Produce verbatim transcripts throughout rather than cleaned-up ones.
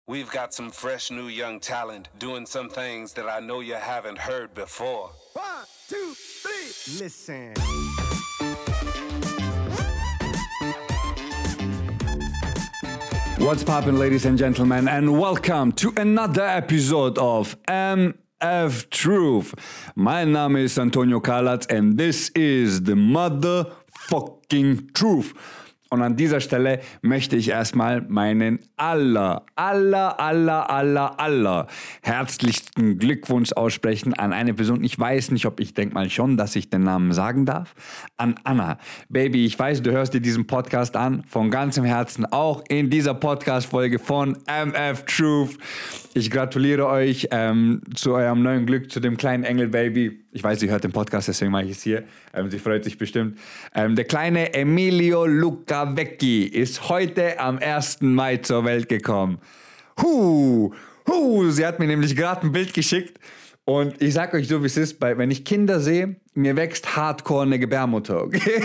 We've got some fresh new young talent doing some things that I know you haven't heard before. One, two, three, listen. What's poppin', ladies and gentlemen, and welcome to another episode of M F Truth. Mein Name ist Antonio Kalatz and this is the motherfucking truth. Und an dieser Stelle möchte ich erstmal meinen aller, aller, aller, aller, aller herzlichsten Glückwunsch aussprechen an eine Person. Ich weiß nicht, ob ich denke mal schon, dass ich den Namen sagen darf. An Anna. Baby, ich weiß, du hörst dir diesen Podcast an. Von ganzem Herzen auch in dieser Podcast-Folge von M F Truth. Ich gratuliere euch ähm, zu eurem neuen Glück, zu dem kleinen Engel-Baby. Ich weiß, sie hört den Podcast, deswegen mache ich es hier. Ähm, sie freut sich bestimmt. Ähm, der kleine Emilio Luca Vecchi ist heute am ersten Mai zur Welt gekommen. Huh, huh, sie hat mir nämlich gerade ein Bild geschickt. Und ich sag euch so, wie es ist, bei, wenn ich Kinder sehe, mir wächst hardcore eine Gebärmutter, okay?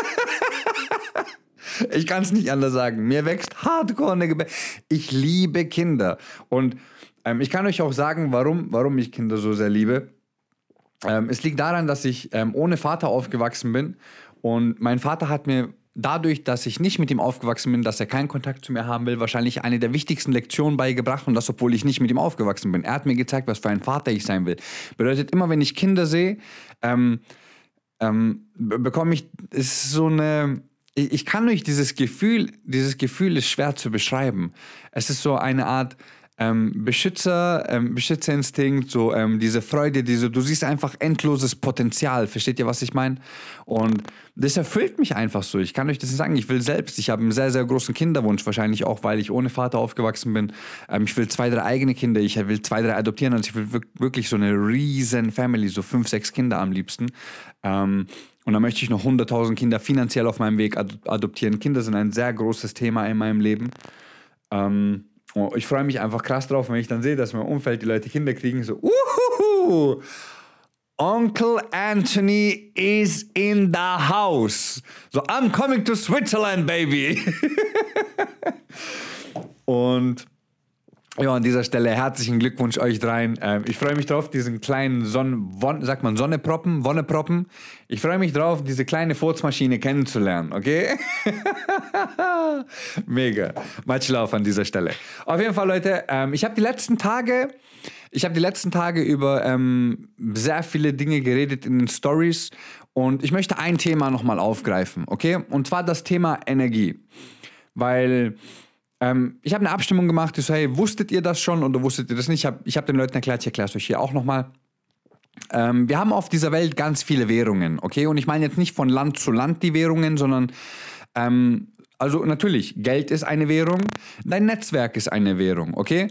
Ich kann es nicht anders sagen. Mir wächst hardcore eine Gebärmutter. Ich liebe Kinder. Und ähm, ich kann euch auch sagen, warum, warum ich Kinder so sehr liebe. Ähm, es liegt daran, dass ich ähm, ohne Vater aufgewachsen bin und mein Vater hat mir dadurch, dass ich nicht mit ihm aufgewachsen bin, dass er keinen Kontakt zu mir haben will, wahrscheinlich eine der wichtigsten Lektionen beigebracht und das, obwohl ich nicht mit ihm aufgewachsen bin. Er hat mir gezeigt, was für ein Vater ich sein will. Bedeutet, immer wenn ich Kinder sehe, ähm, ähm, bekomme ich, ist so eine, ich, ich kann euch dieses Gefühl, dieses Gefühl ist schwer zu beschreiben. Es ist so eine Art Ähm, Beschützer, ähm, Beschützerinstinkt, so ähm, diese Freude, diese, du siehst einfach endloses Potenzial, versteht ihr, was ich meine? Und das erfüllt mich einfach so, ich kann euch das nicht sagen, ich will selbst, ich habe einen sehr, sehr großen Kinderwunsch, wahrscheinlich auch, weil ich ohne Vater aufgewachsen bin, ähm, ich will zwei, drei eigene Kinder, ich will zwei, drei adoptieren, also ich will wirklich so eine riesen Family, so fünf, sechs Kinder am liebsten. Ähm, Und dann möchte ich noch hunderttausend Kinder finanziell auf meinem Weg ad- adoptieren. Kinder sind ein sehr großes Thema in meinem Leben. Ähm, Ich freue mich einfach krass drauf, wenn ich dann sehe, dass in meinem Umfeld die Leute Kinder kriegen. So, uhuhu, Onkel Anthony is in the house. So, I'm coming to Switzerland, baby. Und ja, an dieser Stelle herzlichen Glückwunsch euch dreien. Ähm, ich freue mich drauf, diesen kleinen Sonnen... Won, sagt man Sonneproppen? Wonneproppen? Ich freue mich drauf, diese kleine Furzmaschine kennenzulernen, okay? Mega. Much love an dieser Stelle. Auf jeden Fall, Leute, ähm, ich habe die letzten Tage... Ich habe die letzten Tage über ähm, sehr viele Dinge geredet in den Stories und ich möchte ein Thema nochmal aufgreifen, okay? Und zwar das Thema Energie. Weil... Ähm, ich habe eine Abstimmung gemacht, ich so, hey, wusstet ihr das schon oder wusstet ihr das nicht? Ich habe ich hab den Leuten erklärt, ich erkläre es euch hier auch nochmal. Ähm, wir haben auf dieser Welt ganz viele Währungen, okay? Und ich meine jetzt nicht von Land zu Land die Währungen, sondern, ähm, also natürlich, Geld ist eine Währung, dein Netzwerk ist eine Währung, okay?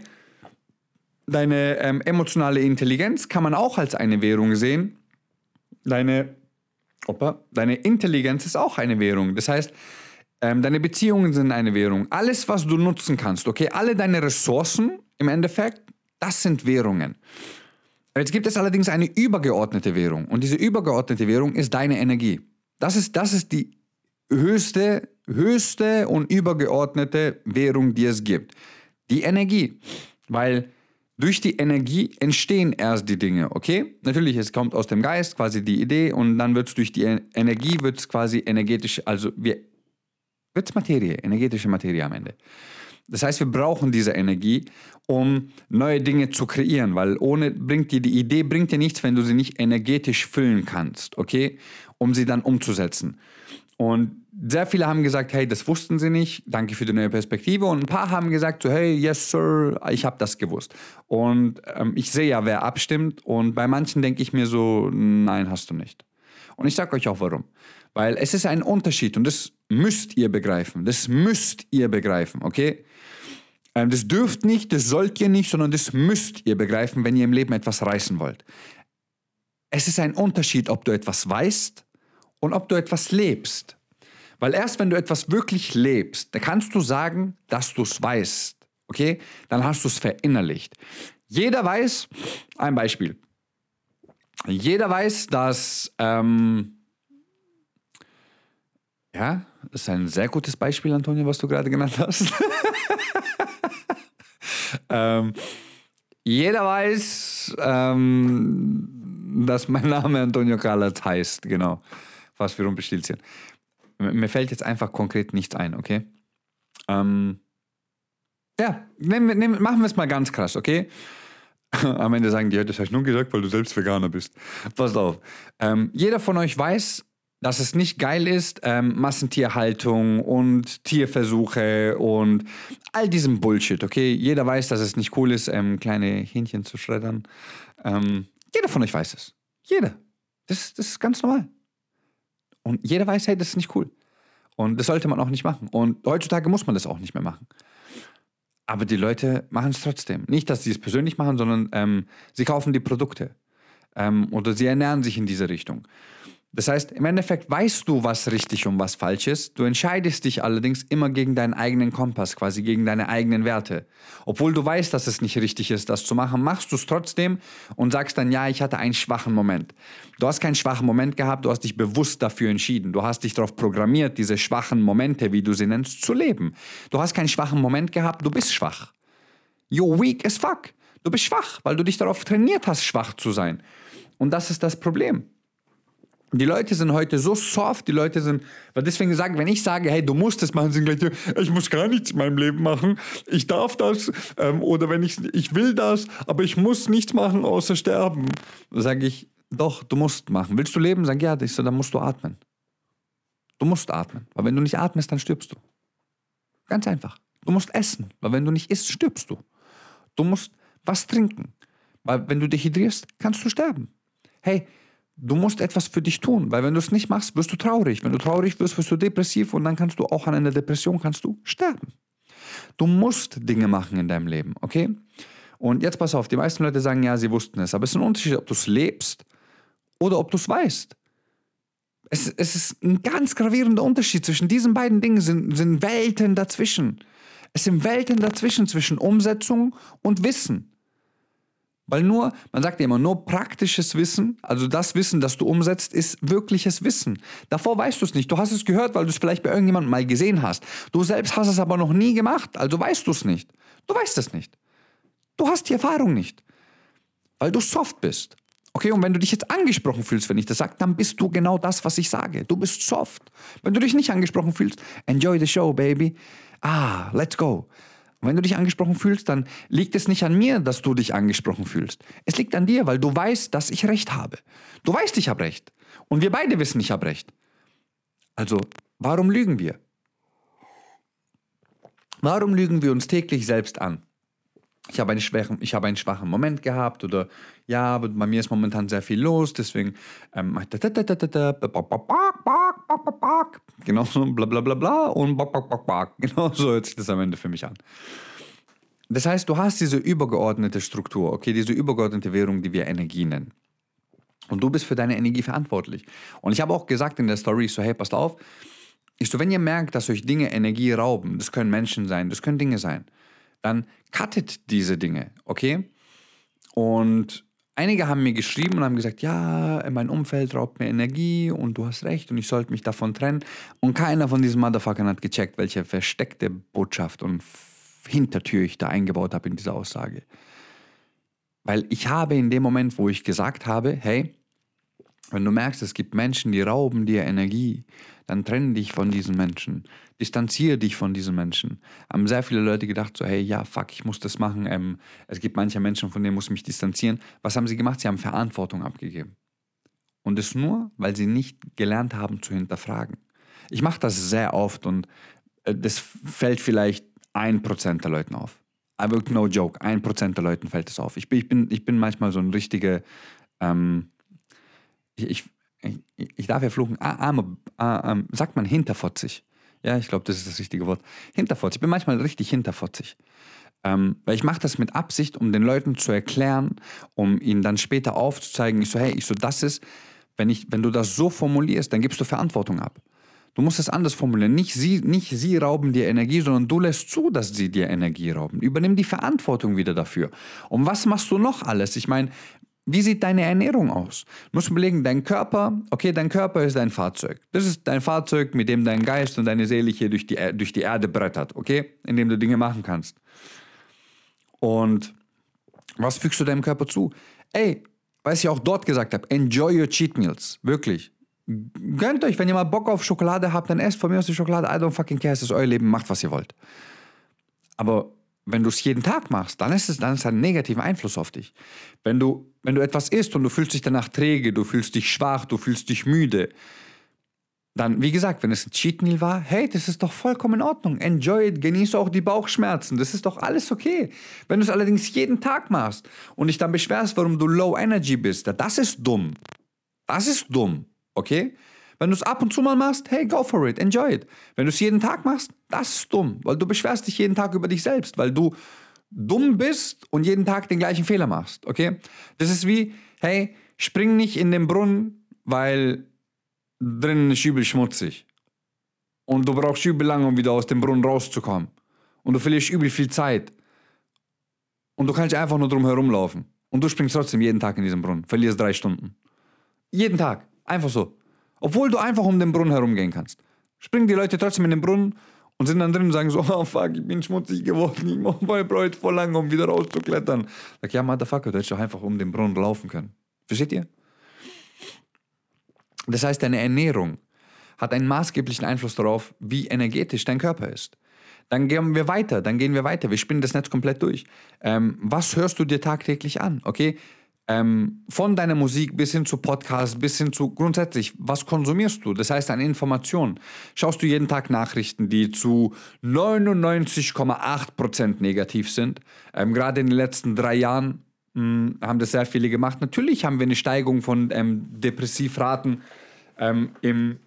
Deine ähm, emotionale Intelligenz kann man auch als eine Währung sehen. Deine, opa, deine Intelligenz ist auch eine Währung. Das heißt, Ähm, deine Beziehungen sind eine Währung. Alles, was du nutzen kannst, okay? Alle deine Ressourcen im Endeffekt, das sind Währungen. Jetzt gibt es allerdings eine übergeordnete Währung. Und diese übergeordnete Währung ist deine Energie. Das ist, das ist die höchste, höchste und übergeordnete Währung, die es gibt. Die Energie. Weil durch die Energie entstehen erst die Dinge, okay? Natürlich, es kommt aus dem Geist, quasi die Idee, und dann wird es durch die Energie, wird es quasi energetisch, also wir wird es Materie, energetische Materie am Ende. Das heißt, wir brauchen diese Energie, um neue Dinge zu kreieren, weil ohne bringt dir die Idee bringt dir nichts, wenn du sie nicht energetisch füllen kannst, okay? Um sie dann umzusetzen. Und sehr viele haben gesagt, hey, das wussten sie nicht, danke für die neue Perspektive. Und ein paar haben gesagt, so, hey, yes, sir, ich habe das gewusst. Und ähm, ich sehe ja, wer abstimmt. Und bei manchen denke ich mir so, nein, hast du nicht. Und ich sage euch auch warum. Weil es ist ein Unterschied und das müsst ihr begreifen. Das müsst ihr begreifen, okay? Ähm, das dürft nicht, das sollt ihr nicht, sondern das müsst ihr begreifen, wenn ihr im Leben etwas reißen wollt. Es ist ein Unterschied, ob du etwas weißt und ob du etwas lebst. Weil erst wenn du etwas wirklich lebst, dann kannst du sagen, dass du es weißt, okay? Dann hast du es verinnerlicht. Jeder weiß, ein Beispiel. Jeder weiß, dass... Ähm, Ja, das ist ein sehr gutes Beispiel, Antonio, was du gerade genannt hast. ähm, jeder weiß, ähm, dass mein Name Antonio Carlos heißt, genau, was wir rumbestellt sind. Mir fällt jetzt einfach konkret nichts ein, okay? Ähm, ja, nehmen, nehmen, machen wir es mal ganz krass, okay? Am Ende sagen die, das hast du nur gesagt, weil du selbst Veganer bist. Passt auf. Ähm, jeder von euch weiß, dass es nicht geil ist, ähm, Massentierhaltung und Tierversuche und all diesem Bullshit, okay? Jeder weiß, dass es nicht cool ist, ähm, kleine Hähnchen zu schreddern. Ähm, jeder von euch weiß es. Jeder. Das, das ist ganz normal. Und jeder weiß, hey, das ist nicht cool. Und das sollte man auch nicht machen. Und heutzutage muss man das auch nicht mehr machen. Aber die Leute machen es trotzdem. Nicht, dass sie es persönlich machen, sondern ähm, sie kaufen die Produkte. Ähm, oder sie ernähren sich in diese Richtung. Das heißt, im Endeffekt weißt du, was richtig und was falsch ist. Du entscheidest dich allerdings immer gegen deinen eigenen Kompass, quasi gegen deine eigenen Werte. Obwohl du weißt, dass es nicht richtig ist, das zu machen, machst du es trotzdem und sagst dann, ja, ich hatte einen schwachen Moment. Du hast keinen schwachen Moment gehabt, du hast dich bewusst dafür entschieden. Du hast dich darauf programmiert, diese schwachen Momente, wie du sie nennst, zu leben. Du hast keinen schwachen Moment gehabt, du bist schwach. You're weak as fuck. Du bist schwach, weil du dich darauf trainiert hast, schwach zu sein. Und das ist das Problem. Die Leute sind heute so soft, die Leute sind, weil deswegen sagen, wenn ich sage, hey, du musst das machen, sind gleich, ich muss gar nichts in meinem Leben machen, ich darf das, ähm, oder wenn ich, ich will das, aber ich muss nichts machen, außer sterben. Dann sage ich, doch, du musst machen. Willst du leben? Sag ja, ich so, dann musst du atmen. Du musst atmen, weil wenn du nicht atmest, dann stirbst du. Ganz einfach. Du musst essen, weil wenn du nicht isst, stirbst du. Du musst was trinken, weil wenn du dehydrierst, kannst du sterben. Hey, du musst etwas für dich tun, weil wenn du es nicht machst, wirst du traurig. Wenn du traurig wirst, wirst du depressiv und dann kannst du auch an einer Depression kannst du sterben. Du musst Dinge machen in deinem Leben, okay? Und jetzt pass auf, die meisten Leute sagen, ja, sie wussten es, aber es ist ein Unterschied, ob du es lebst oder ob du es weißt. Es, es ist ein ganz gravierender Unterschied zwischen diesen beiden Dingen, sind, sind Welten dazwischen. Es sind Welten dazwischen, zwischen Umsetzung und Wissen. Weil nur, man sagt ja immer, nur praktisches Wissen, also das Wissen, das du umsetzt, ist wirkliches Wissen. Davor weißt du es nicht. Du hast es gehört, weil du es vielleicht bei irgendjemandem mal gesehen hast. Du selbst hast es aber noch nie gemacht, also weißt du es nicht. Du weißt es nicht. Du hast die Erfahrung nicht, weil du soft bist. Okay, und wenn du dich jetzt angesprochen fühlst, wenn ich das sage, dann bist du genau das, was ich sage. Du bist soft. Wenn du dich nicht angesprochen fühlst, enjoy the show, baby. Ah, let's go. Und wenn du dich angesprochen fühlst, dann liegt es nicht an mir, dass du dich angesprochen fühlst. Es liegt an dir, weil du weißt, dass ich Recht habe. Du weißt, ich habe Recht. Und wir beide wissen, ich habe Recht. Also, warum lügen wir? Warum lügen wir uns täglich selbst an? Ich habe einen schwachen, ich habe einen schwachen Moment gehabt oder ja, aber bei mir ist momentan sehr viel los, deswegen ähm, mache ich genau so bla bla bla bla und genau so hört sich das am Ende für mich an. Das heißt, du hast diese übergeordnete Struktur, okay, diese übergeordnete Währung, die wir Energie nennen. Und du bist für deine Energie verantwortlich. Und ich habe auch gesagt in der Story, so hey, passt auf, ich so, wenn ihr merkt, dass euch Dinge Energie rauben, das können Menschen sein, das können Dinge sein, dann cuttet diese Dinge, okay? Und einige haben mir geschrieben und haben gesagt, ja, mein Umfeld raubt mir Energie und du hast recht und ich sollte mich davon trennen. Und keiner von diesen Motherfuckern hat gecheckt, welche versteckte Botschaft und Hintertür ich da eingebaut habe in dieser Aussage. Weil ich habe in dem Moment, wo ich gesagt habe, hey, wenn du merkst, es gibt Menschen, die rauben dir Energie, dann trenne dich von diesen Menschen. Distanziere dich von diesen Menschen. Haben sehr viele Leute gedacht, so, hey, ja, fuck, ich muss das machen. Ähm, es gibt manche Menschen, von denen muss ich mich distanzieren. Was haben sie gemacht? Sie haben Verantwortung abgegeben. Und das nur, weil sie nicht gelernt haben zu hinterfragen. Ich mache das sehr oft und äh, das fällt vielleicht ein Prozent der Leuten auf. Aber no joke, ein Prozent der Leuten fällt es auf. Ich bin, ich bin, ich bin manchmal so ein richtiger, ähm, ich, ich, ich darf ja fluchen, arme, ah, sagt man hinterfotzig. Ja, ich glaube, das ist das richtige Wort. Hinterfotzig. Ich bin manchmal richtig hinterfotzig. Ähm, weil ich mache das mit Absicht, um den Leuten zu erklären, um ihnen dann später aufzuzeigen, ich so, hey, ich so, das ist, wenn, ich, wenn du das so formulierst, dann gibst du Verantwortung ab. Du musst es anders formulieren. Nicht sie, nicht sie rauben dir Energie, sondern du lässt zu, dass sie dir Energie rauben. Übernimm die Verantwortung wieder dafür. Und was machst du noch alles? Ich meine, wie sieht deine Ernährung aus? Du musst überlegen, dein Körper, okay, dein Körper ist dein Fahrzeug. Das ist dein Fahrzeug, mit dem dein Geist und deine Seele hier durch die, durch die Erde brettert, okay? In dem du Dinge machen kannst. Und was fügst du deinem Körper zu? Ey, was ich auch dort gesagt habe, enjoy your cheat meals. Wirklich. Gönnt euch, wenn ihr mal Bock auf Schokolade habt, dann esst von mir aus die Schokolade. I don't fucking care, es ist euer Leben, macht was ihr wollt. Aber wenn du es jeden Tag machst, dann ist es dann ist es einen negativen Einfluss auf dich. Wenn du, wenn du etwas isst und du fühlst dich danach träge, du fühlst dich schwach, du fühlst dich müde, dann, wie gesagt, wenn es ein Cheat Meal war, hey, das ist doch vollkommen in Ordnung. Enjoy it, genieße auch die Bauchschmerzen, das ist doch alles okay. Wenn du es allerdings jeden Tag machst und dich dann beschwerst, warum du low energy bist, das ist dumm. Das ist dumm, okay? Wenn du es ab und zu mal machst, hey, go for it, enjoy it. Wenn du es jeden Tag machst, das ist dumm, weil du beschwerst dich jeden Tag über dich selbst, weil du dumm bist und jeden Tag den gleichen Fehler machst, okay? Das ist wie, hey, spring nicht in den Brunnen, weil drinnen ist übel schmutzig. Und du brauchst übel lange, um wieder aus dem Brunnen rauszukommen. Und du verlierst übel viel Zeit. Und du kannst einfach nur drum herumlaufen. Und du springst trotzdem jeden Tag in diesen Brunnen. Verlierst drei Stunden. Jeden Tag. Einfach so. Obwohl du einfach um den Brunnen herumgehen kannst. Springen die Leute trotzdem in den Brunnen und sind dann drin und sagen so, oh fuck, ich bin schmutzig geworden. Ich brauche heute voll lange, um wieder rauszuklettern. Sag, ja, motherfucker, du hättest doch einfach um den Brunnen laufen können. Versteht ihr? Das heißt, deine Ernährung hat einen maßgeblichen Einfluss darauf, wie energetisch dein Körper ist. Dann gehen wir weiter, dann gehen wir weiter. Wir spinnen das Netz komplett durch. Ähm, was hörst du dir tagtäglich an? Okay, ähm, von deiner Musik bis hin zu Podcasts, bis hin zu grundsätzlich, was konsumierst du? Das heißt, an Informationen. Schaust du jeden Tag Nachrichten, die zu neunundneunzig Komma acht Prozent negativ sind? Ähm, gerade in den letzten drei Jahren haben das sehr viele gemacht. Natürlich haben wir eine Steigerung von ähm, Depressivraten ähm, im,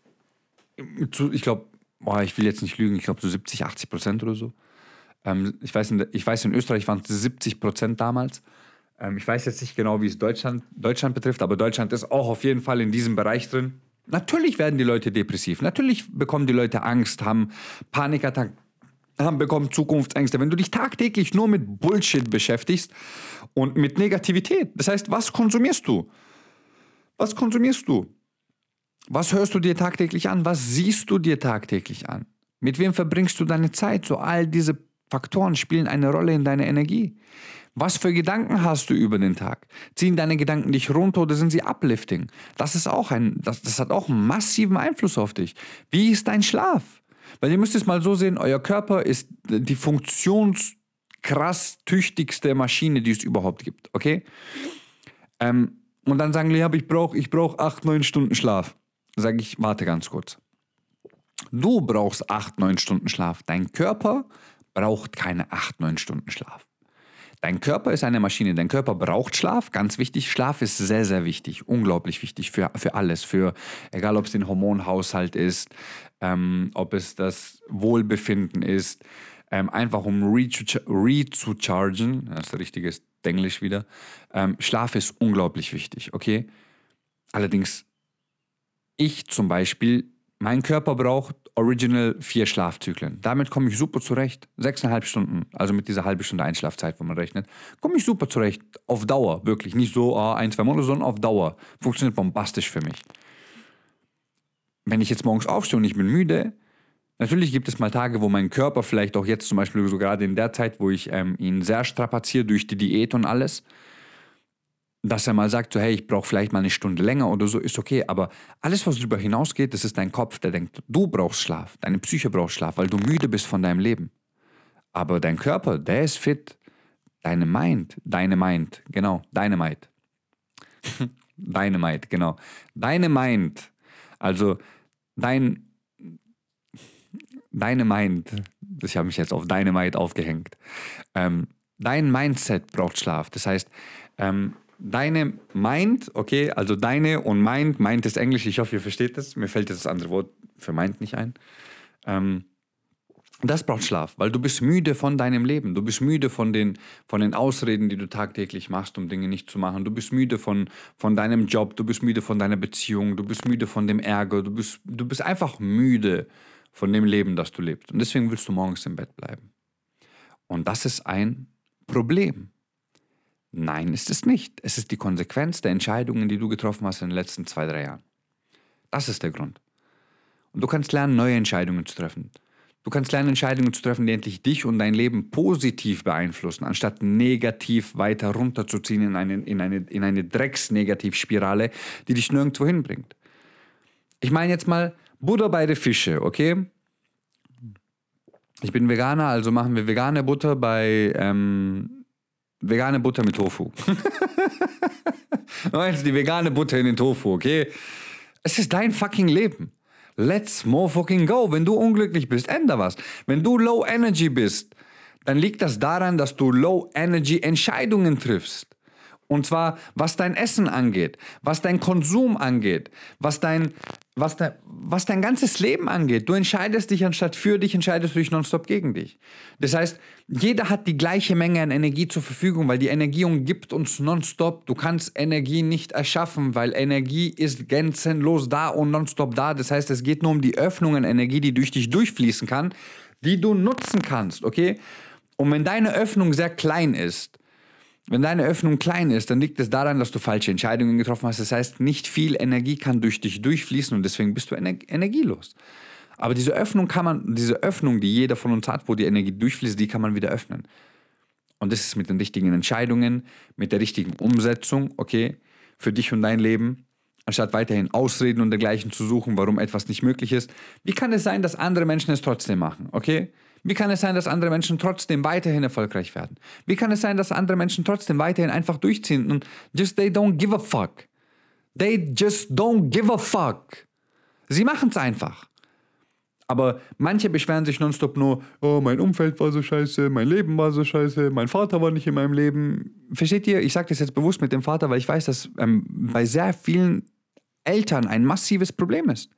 im zu, ich glaube, ich will jetzt nicht lügen, ich glaube so siebzig, achtzig Prozent oder so. Ähm, ich, weiß in, ich weiß, in Österreich waren es siebzig Prozent damals. Ähm, ich weiß jetzt nicht genau, wie es Deutschland, Deutschland betrifft, aber Deutschland ist auch auf jeden Fall in diesem Bereich drin. Natürlich werden die Leute depressiv, natürlich bekommen die Leute Angst, haben Panikattacken, haben bekommen Zukunftsängste, wenn du dich tagtäglich nur mit Bullshit beschäftigst und mit Negativität. Das heißt, was konsumierst du? Was konsumierst du? Was hörst du dir tagtäglich an? Was siehst du dir tagtäglich an? Mit wem verbringst du deine Zeit? So all diese Faktoren spielen eine Rolle in deiner Energie. Was für Gedanken hast du über den Tag? Ziehen deine Gedanken dich runter oder sind sie uplifting? Das ist auch ein, das, das hat auch einen massiven Einfluss auf dich. Wie ist dein Schlaf? Weil ihr müsst es mal so sehen, euer Körper ist die funktionskrass tüchtigste Maschine, die es überhaupt gibt, okay? Ähm, und dann sagen die, ja, ich brauche ich brauch acht, neun Stunden Schlaf. Sage ich, warte ganz kurz. Du brauchst acht, neun Stunden Schlaf. Dein Körper braucht keine acht, neun Stunden Schlaf. Dein Körper ist eine Maschine. Dein Körper braucht Schlaf, ganz wichtig. Schlaf ist sehr, sehr wichtig, unglaublich wichtig für, für alles. Für, egal ob es den Hormonhaushalt ist, ähm, ob es das Wohlbefinden ist, ähm, einfach um re-zu-chargen, das ist richtiges Englisch wieder. Ähm, Schlaf ist unglaublich wichtig, okay? Allerdings, ich zum Beispiel, mein Körper braucht original vier Schlafzyklen. Damit komme ich super zurecht. Sechseinhalb Stunden, also mit dieser halben Stunde Einschlafzeit, wo man rechnet, komme ich super zurecht. Auf Dauer, wirklich. Nicht so ah, ein, zwei Monate, sondern auf Dauer. Funktioniert bombastisch für mich. Wenn ich jetzt morgens aufstehe und ich bin müde, natürlich gibt es mal Tage, wo mein Körper vielleicht auch jetzt zum Beispiel so gerade in der Zeit, wo ich ähm, ihn sehr strapaziere durch die Diät und alles, dass er mal sagt, so hey, ich brauche vielleicht mal eine Stunde länger oder so, ist okay. Aber alles, was darüber hinausgeht, das ist dein Kopf, der denkt, du brauchst Schlaf, deine Psyche braucht Schlaf, weil du müde bist von deinem Leben. Aber dein Körper, der ist fit. Deine Mind, deine Mind, genau, deine Mind. deine Mind, genau. Deine Mind, also dein, deine Mind, ich habe mich jetzt auf deine Mind aufgehängt. Ähm, dein Mindset braucht Schlaf. Das heißt, ähm, deine Mind, okay, also deine und Mind, Mind ist Englisch, ich hoffe, ihr versteht das. Mir fällt jetzt das andere Wort für Mind nicht ein. Ähm, das braucht Schlaf, weil du bist müde von deinem Leben. Du bist müde von den, von den Ausreden, die du tagtäglich machst, um Dinge nicht zu machen. Du bist müde von, von deinem Job, du bist müde von deiner Beziehung, du bist müde von dem Ärger, du bist, du bist einfach müde von dem Leben, das du lebst. Und deswegen willst du morgens im Bett bleiben. Und das ist ein Problem. Nein, ist es nicht. Es ist die Konsequenz der Entscheidungen, die du getroffen hast in den letzten zwei, drei Jahren. Das ist der Grund. Und du kannst lernen, neue Entscheidungen zu treffen. Du kannst lernen, Entscheidungen zu treffen, die endlich dich und dein Leben positiv beeinflussen, anstatt negativ weiter runterzuziehen in eine, in eine, in eine Drecks-Negativspirale, die dich nirgendwo hinbringt. Ich meine jetzt mal Butter bei den Fische, okay? Ich bin Veganer, also machen wir vegane Butter bei ähm, vegane Butter mit Tofu. Du meinst die vegane Butter in den Tofu, okay? Es ist dein fucking Leben. Let's more fucking go. Wenn du unglücklich bist, änder was. Wenn du low energy bist, dann liegt das daran, dass du low energy Entscheidungen triffst. Und zwar, was dein Essen angeht, was dein Konsum angeht, was dein, was dein, was dein ganzes Leben angeht. Du entscheidest dich, anstatt für dich, entscheidest du dich nonstop gegen dich. Das heißt, jeder hat die gleiche Menge an Energie zur Verfügung, weil die Energie umgibt uns nonstop. Du kannst Energie nicht erschaffen, weil Energie ist grenzenlos da und nonstop da. Das heißt, es geht nur um die Öffnung an Energie, die durch dich durchfließen kann, die du nutzen kannst, okay? Und wenn deine Öffnung sehr klein ist, Wenn deine Öffnung klein ist, dann liegt es daran, dass du falsche Entscheidungen getroffen hast. Das heißt, nicht viel Energie kann durch dich durchfließen und deswegen bist du ener- energielos. Aber diese Öffnung kann man, diese Öffnung, die jeder von uns hat, wo die Energie durchfließt, die kann man wieder öffnen. Und das ist mit den richtigen Entscheidungen, mit der richtigen Umsetzung, okay, für dich und dein Leben, anstatt weiterhin Ausreden und dergleichen zu suchen, warum etwas nicht möglich ist. Wie kann es sein, dass andere Menschen es trotzdem machen, okay? Wie kann es sein, dass andere Menschen trotzdem weiterhin erfolgreich werden? Wie kann es sein, dass andere Menschen trotzdem weiterhin einfach durchziehen und just they don't give a fuck? They just don't give a fuck. Sie machen es einfach. Aber manche beschweren sich nonstop nur, oh, mein Umfeld war so scheiße, mein Leben war so scheiße, mein Vater war nicht in meinem Leben. Versteht ihr? Ich sage das jetzt bewusst mit dem Vater, weil ich weiß, dass ähm, bei sehr vielen Eltern ein massives Problem ist.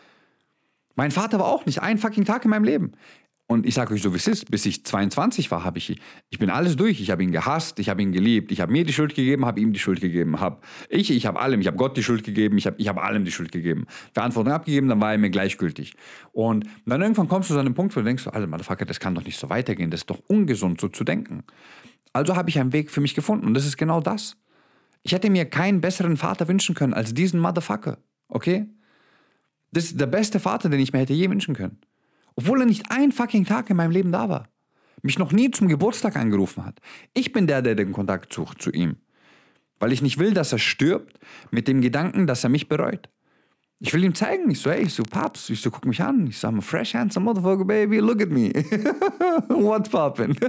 Mein Vater war auch nicht ein fucking Tag in meinem Leben. Und ich sage euch so, wie es ist, bis ich zweiundzwanzig war, habe ich, ich bin alles durch. Ich habe ihn gehasst, ich habe ihn geliebt, ich habe mir die Schuld gegeben, habe ihm die Schuld gegeben. Hab ich ich habe allem, ich habe Gott die Schuld gegeben, ich habe ich hab allem die Schuld gegeben. Verantwortung abgegeben, dann war er mir gleichgültig. Und dann irgendwann kommst du zu einem Punkt, wo du denkst, Alter, Motherfucker, das kann doch nicht so weitergehen, das ist doch ungesund, so zu denken. Also habe ich einen Weg für mich gefunden und das ist genau das. Ich hätte mir keinen besseren Vater wünschen können als diesen Motherfucker, okay? Das ist der beste Vater, den ich mir hätte je wünschen können. Obwohl er nicht einen fucking Tag in meinem Leben da war. Mich noch nie zum Geburtstag angerufen hat. Ich bin der, der den Kontakt sucht zu ihm. Weil ich nicht will, dass er stirbt mit dem Gedanken, dass er mich bereut. Ich will ihm zeigen, ich so, hey, ich so, Paps, ich so, guck mich an. Ich so, I'm a fresh, handsome motherfucker, baby, look at me. What's poppin'?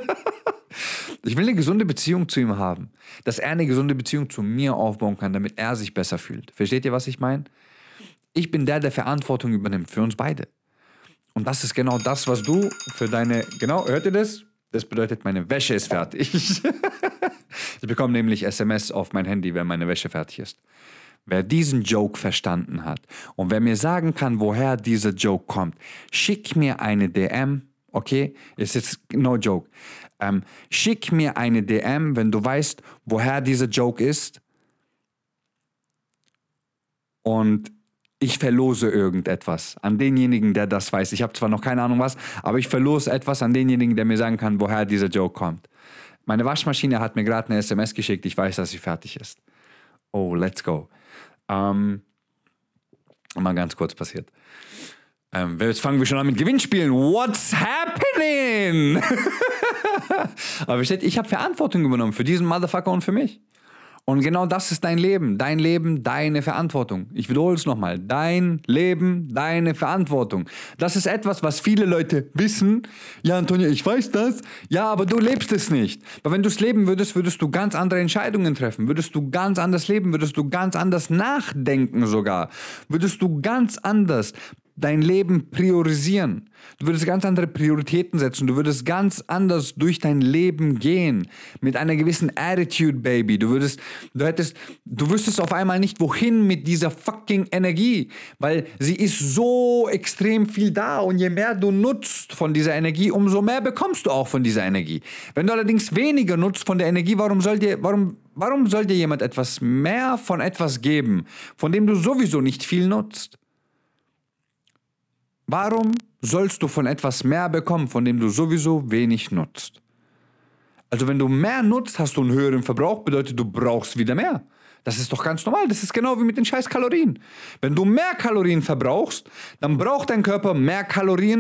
Ich will eine gesunde Beziehung zu ihm haben. Dass er eine gesunde Beziehung zu mir aufbauen kann, damit er sich besser fühlt. Versteht ihr, was ich meine? Ich bin der, der Verantwortung übernimmt für uns beide. Und das ist genau das, was du für deine, genau, hört ihr das? Das bedeutet, meine Wäsche ist fertig. Ich bekomme nämlich S M S auf mein Handy, wenn meine Wäsche fertig ist. Wer diesen Joke verstanden hat und wer mir sagen kann, woher dieser Joke kommt, schick mir eine D M, okay? Ist jetzt no joke. Ähm, schick mir eine D M, wenn du weißt, woher dieser Joke ist. Und ich verlose irgendetwas an denjenigen, der das weiß. Ich habe zwar noch keine Ahnung was, aber ich verlose etwas an denjenigen, der mir sagen kann, woher dieser Joke kommt. Meine Waschmaschine hat mir gerade eine S M S geschickt. Ich weiß, dass sie fertig ist. Oh, let's go. Ähm, mal ganz kurz passiert. Ähm, jetzt fangen wir schon an mit Gewinnspielen. What's happening? Aber versteht, ich habe Verantwortung übernommen für diesen Motherfucker und für mich. Und genau das ist dein Leben. Dein Leben, deine Verantwortung. Ich wiederhole es nochmal. Dein Leben, deine Verantwortung. Das ist etwas, was viele Leute wissen. Ja, Antonio, ich weiß das. Ja, aber du lebst es nicht. Aber wenn du es leben würdest, würdest du ganz andere Entscheidungen treffen. Würdest du ganz anders leben. Würdest du ganz anders nachdenken sogar. Würdest du ganz anders dein Leben priorisieren. Du würdest ganz andere Prioritäten setzen. Du würdest ganz anders durch dein Leben gehen. Mit einer gewissen Attitude, Baby. Du würdest, du hättest, du wüsstest auf einmal nicht, wohin mit dieser fucking Energie. Weil sie ist so extrem viel da. Und je mehr du nutzt von dieser Energie, umso mehr bekommst du auch von dieser Energie. Wenn du allerdings weniger nutzt von der Energie, warum soll dir, warum, warum soll dir jemand etwas mehr von etwas geben, von dem du sowieso nicht viel nutzt? Warum sollst du von etwas mehr bekommen, von dem du sowieso wenig nutzt? Also wenn du mehr nutzt, hast du einen höheren Verbrauch, bedeutet, du brauchst wieder mehr. Das ist doch ganz normal, das ist genau wie mit den scheiß Kalorien. Wenn du mehr Kalorien verbrauchst, dann braucht dein Körper mehr Kalorien,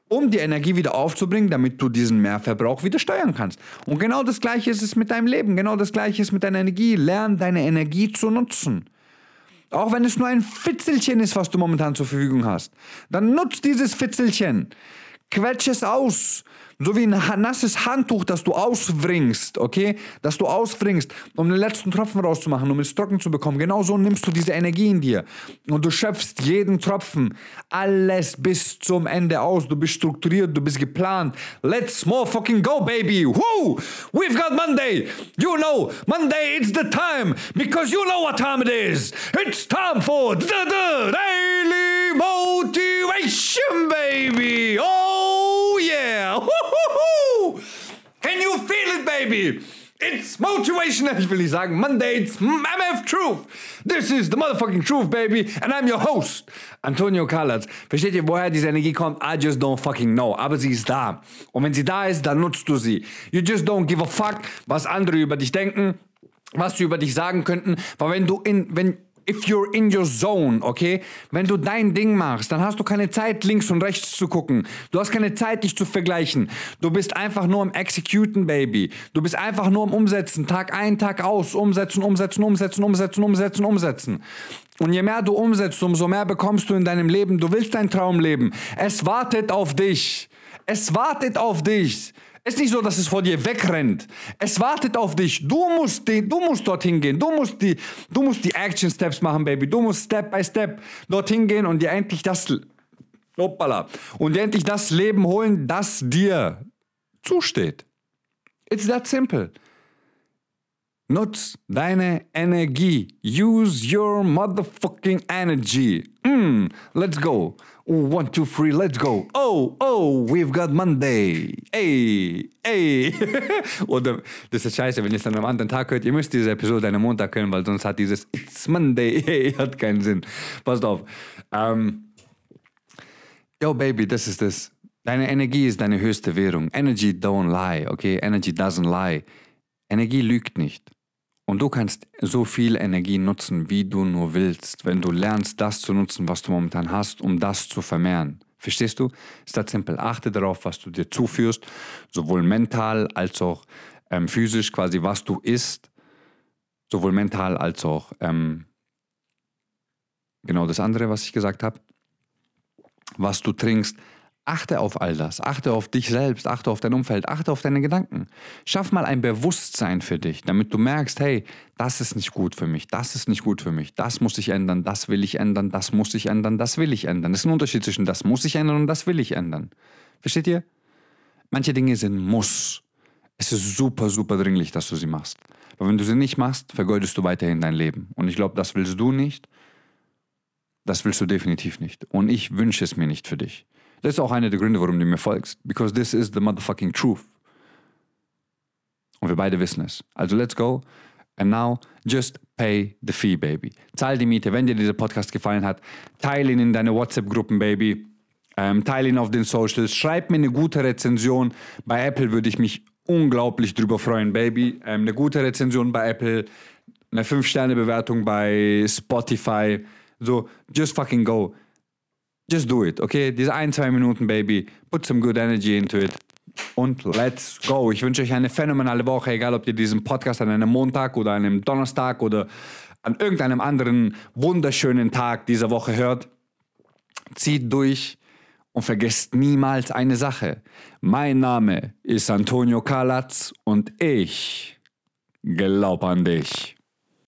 um die Energie wieder aufzubringen, damit du diesen Mehrverbrauch wieder steuern kannst. Und genau das Gleiche ist es mit deinem Leben, genau das Gleiche ist mit deiner Energie. Lern deine Energie zu nutzen. Auch wenn es nur ein Fitzelchen ist, was du momentan zur Verfügung hast. Dann nutz dieses Fitzelchen. Quetsch es aus. So wie ein nasses Handtuch, das du auswringst, okay? Das du auswringst, um den letzten Tropfen rauszumachen, um es trocken zu bekommen. Genauso nimmst du diese Energie in dir. Und du schöpfst jeden Tropfen, alles bis zum Ende aus. Du bist strukturiert, du bist geplant. Let's motherfucking go, baby! Woo! We've got Monday! You know, Monday it's the time, because you know what time it is! It's time for the, the Daily Motivation, baby! Oh yeah! Woo-hoo-hoo! Can you feel it, baby? It's motivational. Ich will nicht sagen Monday, it's M F Truth. This is the motherfucking truth, baby. And I'm your host, Antonio Kalatz. Versteht ihr, woher diese Energie kommt? I just don't fucking know. Aber sie ist da. Und wenn sie da ist, dann nutzt du sie. You just don't give a fuck, was andere über dich denken, was sie über dich sagen könnten. Weil wenn du in, wenn, if you're in your zone, okay? Wenn du dein Ding machst, dann hast du keine Zeit, links und rechts zu gucken. Du hast keine Zeit, dich zu vergleichen. Du bist einfach nur am Executen, Baby. Du bist einfach nur am Umsetzen. Tag ein, Tag aus. Umsetzen, umsetzen, umsetzen, umsetzen, umsetzen, umsetzen. Und je mehr du umsetzt, umso mehr bekommst du in deinem Leben. Du willst dein Traum leben. Es wartet auf dich. Es wartet auf dich. Es ist nicht so, dass es vor dir wegrennt. Es wartet auf dich. Du musst, die, du musst dorthin gehen. Du musst, die, du musst die Action Steps machen, Baby. Du musst Step by Step dorthin gehen und dir endlich das, hoppala, und dir endlich das Leben holen, das dir zusteht. It's that simple. Nutz deine Energie. Use your motherfucking energy. Mm, let's go. One, two, three, let's go. Oh, oh, we've got Monday. Ey, ey. Oder, das ist scheiße, wenn ihr es dann am anderen Tag hört. Ihr müsst diese Episode an einem Montag hören, weil sonst hat dieses It's Monday, ey, hat keinen Sinn. Passt auf. Um, yo, Baby, das ist das. Deine Energie ist deine höchste Währung. Energy don't lie, okay? Energy doesn't lie. Energie lügt nicht. Und du kannst so viel Energie nutzen, wie du nur willst, wenn du lernst, das zu nutzen, was du momentan hast, um das zu vermehren. Verstehst du? Ist das simpel. Achte darauf, was du dir zuführst, sowohl mental als auch ähm, physisch, quasi was du isst, sowohl mental als auch ähm, genau das andere, was ich gesagt habe, was du trinkst. Achte auf all das, achte auf dich selbst, achte auf dein Umfeld, achte auf deine Gedanken. Schaff mal ein Bewusstsein für dich, damit du merkst, hey, das ist nicht gut für mich, das ist nicht gut für mich, das muss ich ändern, das will ich ändern, das muss ich ändern, das will ich ändern. Es ist ein Unterschied zwischen das muss ich ändern und das will ich ändern. Versteht ihr? Manche Dinge sind muss. Es ist super, super dringlich, dass du sie machst. Aber wenn du sie nicht machst, vergeudest du weiterhin dein Leben. Und ich glaube, das willst du nicht. Das willst du definitiv nicht. Und ich wünsche es mir nicht für dich. Das ist auch einer der Gründe, warum du mir folgst. Because this is the motherfucking truth. Und wir beide wissen es. Also let's go. And now, just pay the fee, baby. Zahl die Miete. Wenn dir dieser Podcast gefallen hat, teile ihn in deine WhatsApp-Gruppen, baby. Ähm, teile ihn auf den Socials. Schreib mir eine gute Rezension. Bei Apple würde ich mich unglaublich drüber freuen, baby. Ähm, eine gute Rezension bei Apple. Eine fünf Sterne Bewertung bei Spotify. So, just fucking go. Just do it, okay? Diese ein, zwei Minuten, baby. Put some good energy into it. Und let's go. Ich wünsche euch eine phänomenale Woche, egal ob ihr diesen Podcast an einem Montag oder an einem Donnerstag oder an irgendeinem anderen wunderschönen Tag dieser Woche hört. Zieht durch und vergesst niemals eine Sache. Mein Name ist Antonio Kalatz und ich glaube an dich.